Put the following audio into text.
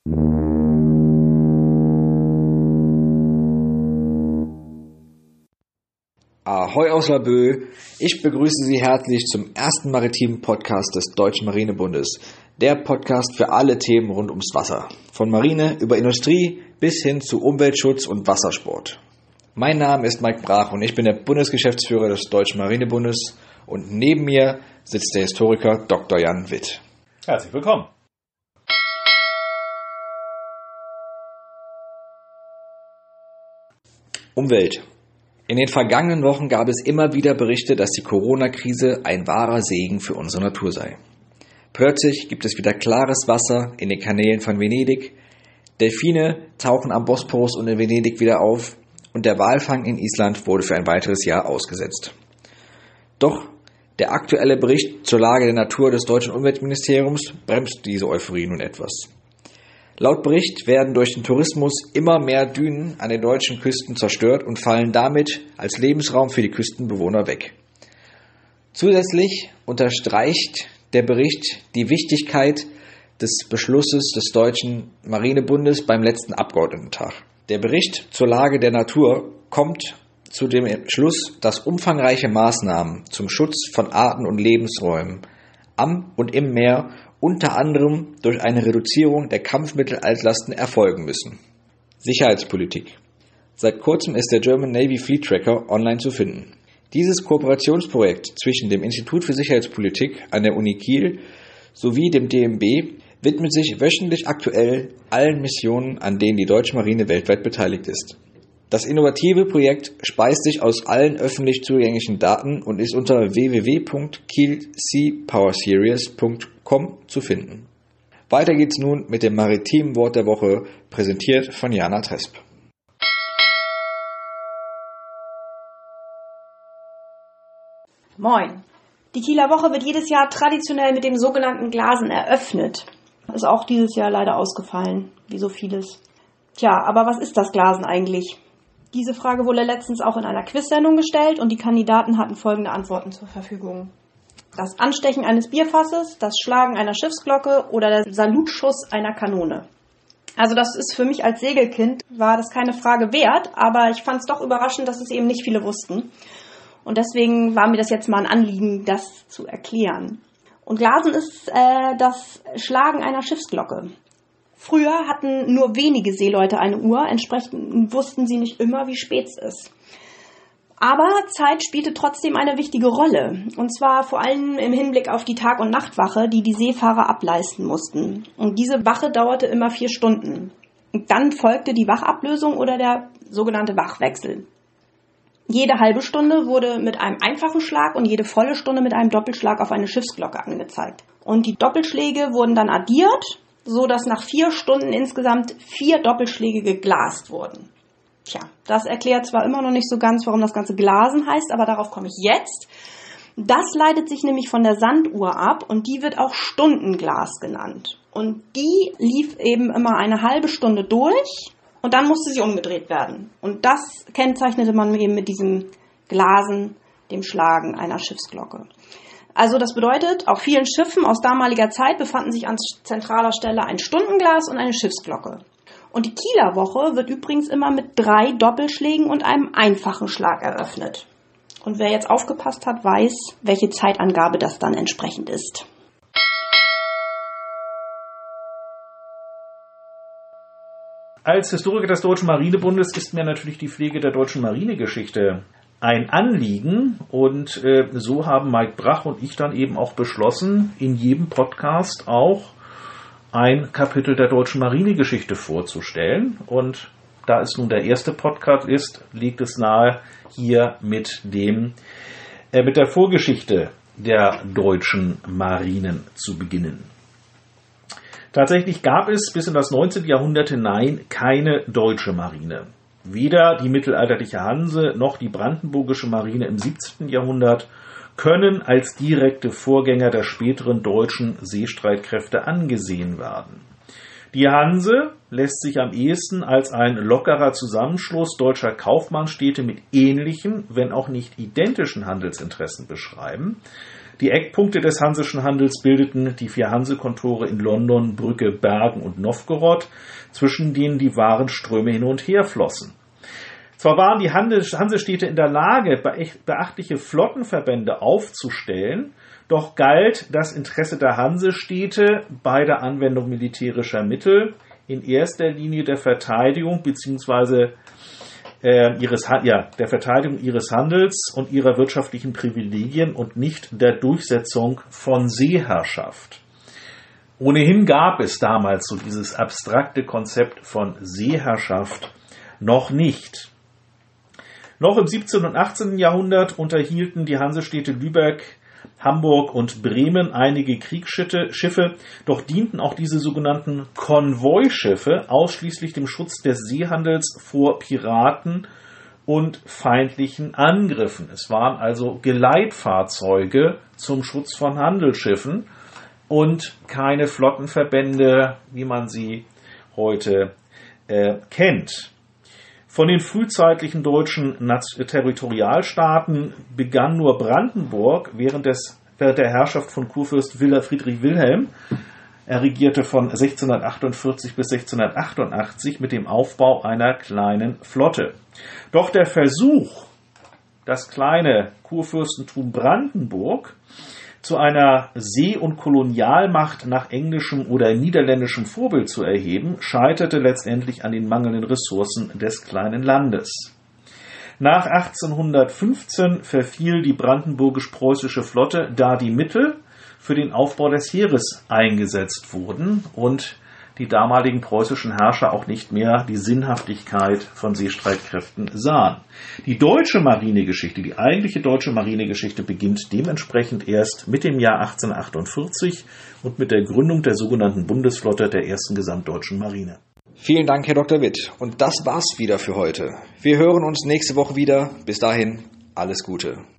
Ahoi aus Laboe, ich begrüße Sie herzlich zum ersten maritimen Podcast des Deutschen Marinebundes. Der Podcast für alle Themen rund ums Wasser. Von Marine über Industrie bis hin zu Umweltschutz und Wassersport. Mein Name ist Mike Brach und ich bin der Bundesgeschäftsführer des Deutschen Marinebundes und neben mir sitzt der Historiker Dr. Jan Witt. Herzlich willkommen. Umwelt. In den vergangenen Wochen gab es immer wieder Berichte, dass die Corona-Krise ein wahrer Segen für unsere Natur sei. Plötzlich gibt es wieder klares Wasser in den Kanälen von Venedig, Delfine tauchen am Bosporus und in Venedig wieder auf und der Walfang in Island wurde für ein weiteres Jahr ausgesetzt. Doch der aktuelle Bericht zur Lage der Natur des deutschen Umweltministeriums bremst diese Euphorie nun etwas. Laut Bericht werden durch den Tourismus immer mehr Dünen an den deutschen Küsten zerstört und fallen damit als Lebensraum für die Küstenbewohner weg. Zusätzlich unterstreicht der Bericht die Wichtigkeit des Beschlusses des Deutschen Marinebundes beim letzten Abgeordnetentag. Der Bericht zur Lage der Natur kommt zu dem Schluss, dass umfangreiche Maßnahmen zum Schutz von Arten und Lebensräumen am und im Meer unter anderem durch eine Reduzierung der Kampfmittelaltlasten erfolgen müssen. Sicherheitspolitik. Seit kurzem ist der German Navy Fleet Tracker online zu finden. Dieses Kooperationsprojekt zwischen dem Institut für Sicherheitspolitik an der Uni Kiel sowie dem DMB widmet sich wöchentlich aktuell allen Missionen, an denen die deutsche Marine weltweit beteiligt ist. Das innovative Projekt speist sich aus allen öffentlich zugänglichen Daten und ist unter www.kielseapowerseries.com zu finden. Weiter geht's nun mit dem maritimen Wort der Woche, präsentiert von Jana Tresp. Moin! Die Kieler Woche wird jedes Jahr traditionell mit dem sogenannten Glasen eröffnet. Ist auch dieses Jahr leider ausgefallen, wie so vieles. Tja, aber was ist das Glasen eigentlich? Diese Frage wurde letztens auch in einer Quizsendung gestellt und die Kandidaten hatten folgende Antworten zur Verfügung. Das Anstechen eines Bierfasses, das Schlagen einer Schiffsglocke oder der Salutschuss einer Kanone. Also das ist für mich als Segelkind, war das keine Frage wert, aber ich fand es doch überraschend, dass es eben nicht viele wussten. Und deswegen war mir das jetzt mal ein Anliegen, das zu erklären. Und Glasen ist das Schlagen einer Schiffsglocke. Früher hatten nur wenige Seeleute eine Uhr, entsprechend wussten sie nicht immer, wie spät es ist. Aber Zeit spielte trotzdem eine wichtige Rolle, und zwar vor allem im Hinblick auf die Tag- und Nachtwache, die die Seefahrer ableisten mussten. Und diese Wache dauerte immer 4 Stunden. Und dann folgte die Wachablösung oder der sogenannte Wachwechsel. Jede halbe Stunde wurde mit einem einfachen Schlag und jede volle Stunde mit einem Doppelschlag auf eine Schiffsglocke angezeigt. Und die Doppelschläge wurden dann addiert, so dass nach 4 Stunden insgesamt 4 Doppelschläge geglast wurden. Tja, das erklärt zwar immer noch nicht so ganz, warum das Ganze Glasen heißt, aber darauf komme ich jetzt. Das leitet sich nämlich von der Sanduhr ab und die wird auch Stundenglas genannt. Und die lief eben immer eine halbe Stunde durch und dann musste sie umgedreht werden. Und das kennzeichnete man eben mit diesem Glasen, dem Schlagen einer Schiffsglocke. Also das bedeutet, auf vielen Schiffen aus damaliger Zeit befanden sich an zentraler Stelle ein Stundenglas und eine Schiffsglocke. Und die Kieler Woche wird übrigens immer mit 3 Doppelschlägen und einem einfachen Schlag eröffnet. Und wer jetzt aufgepasst hat, weiß, welche Zeitangabe das dann entsprechend ist. Als Historiker des Deutschen Marinebundes ist mir natürlich die Pflege der deutschen Marinegeschichte ein Anliegen und so haben Mike Brach und ich dann eben auch beschlossen, in jedem Podcast auch ein Kapitel der deutschen Marinegeschichte vorzustellen. Und da es nun der erste Podcast ist, liegt es nahe, hier mit der Vorgeschichte der deutschen Marinen zu beginnen. Tatsächlich gab es bis in das 19. Jahrhundert hinein keine deutsche Marine. Weder die mittelalterliche Hanse noch die brandenburgische Marine im 17. Jahrhundert können als direkte Vorgänger der späteren deutschen Seestreitkräfte angesehen werden. Die Hanse lässt sich am ehesten als ein lockerer Zusammenschluss deutscher Kaufmannsstädte mit ähnlichen, wenn auch nicht identischen Handelsinteressen beschreiben. Die Eckpunkte des hanseschen Handels bildeten die 4 Hansekontore in London, Brügge, Bergen und Novgorod, zwischen denen die Warenströme hin und her flossen. Zwar waren die Hansestädte in der Lage, beachtliche Flottenverbände aufzustellen, doch galt das Interesse der Hansestädte bei der Anwendung militärischer Mittel in erster Linie der Verteidigung bzw. der Verteidigung ihres Handels und ihrer wirtschaftlichen Privilegien und nicht der Durchsetzung von Seeherrschaft. Ohnehin gab es damals so dieses abstrakte Konzept von Seeherrschaft noch nicht. Noch im 17. und 18. Jahrhundert unterhielten die Hansestädte Lübeck, Hamburg und Bremen einige Kriegsschiffe, doch dienten auch diese sogenannten Konvoischiffe ausschließlich dem Schutz des Seehandels vor Piraten und feindlichen Angriffen. Es waren also Geleitfahrzeuge zum Schutz von Handelsschiffen und keine Flottenverbände, wie man sie heute kennt. Von den frühzeitlichen deutschen Territorialstaaten begann nur Brandenburg während der Herrschaft von Kurfürst Friedrich Wilhelm, er regierte von 1648 bis 1688, mit dem Aufbau einer kleinen Flotte. Doch der Versuch, das kleine Kurfürstentum Brandenburg zu einer See- und Kolonialmacht nach englischem oder niederländischem Vorbild zu erheben, scheiterte letztendlich an den mangelnden Ressourcen des kleinen Landes. Nach 1815 verfiel die brandenburgisch-preußische Flotte, da die Mittel für den Aufbau des Heeres eingesetzt wurden und die damaligen preußischen Herrscher auch nicht mehr die Sinnhaftigkeit von Seestreitkräften sahen. Die deutsche Marinegeschichte, die eigentliche deutsche Marinegeschichte beginnt dementsprechend erst mit dem Jahr 1848 und mit der Gründung der sogenannten Bundesflotte der ersten Gesamtdeutschen Marine. Vielen Dank, Herr Dr. Witt. Und das war's wieder für heute. Wir hören uns nächste Woche wieder. Bis dahin, alles Gute.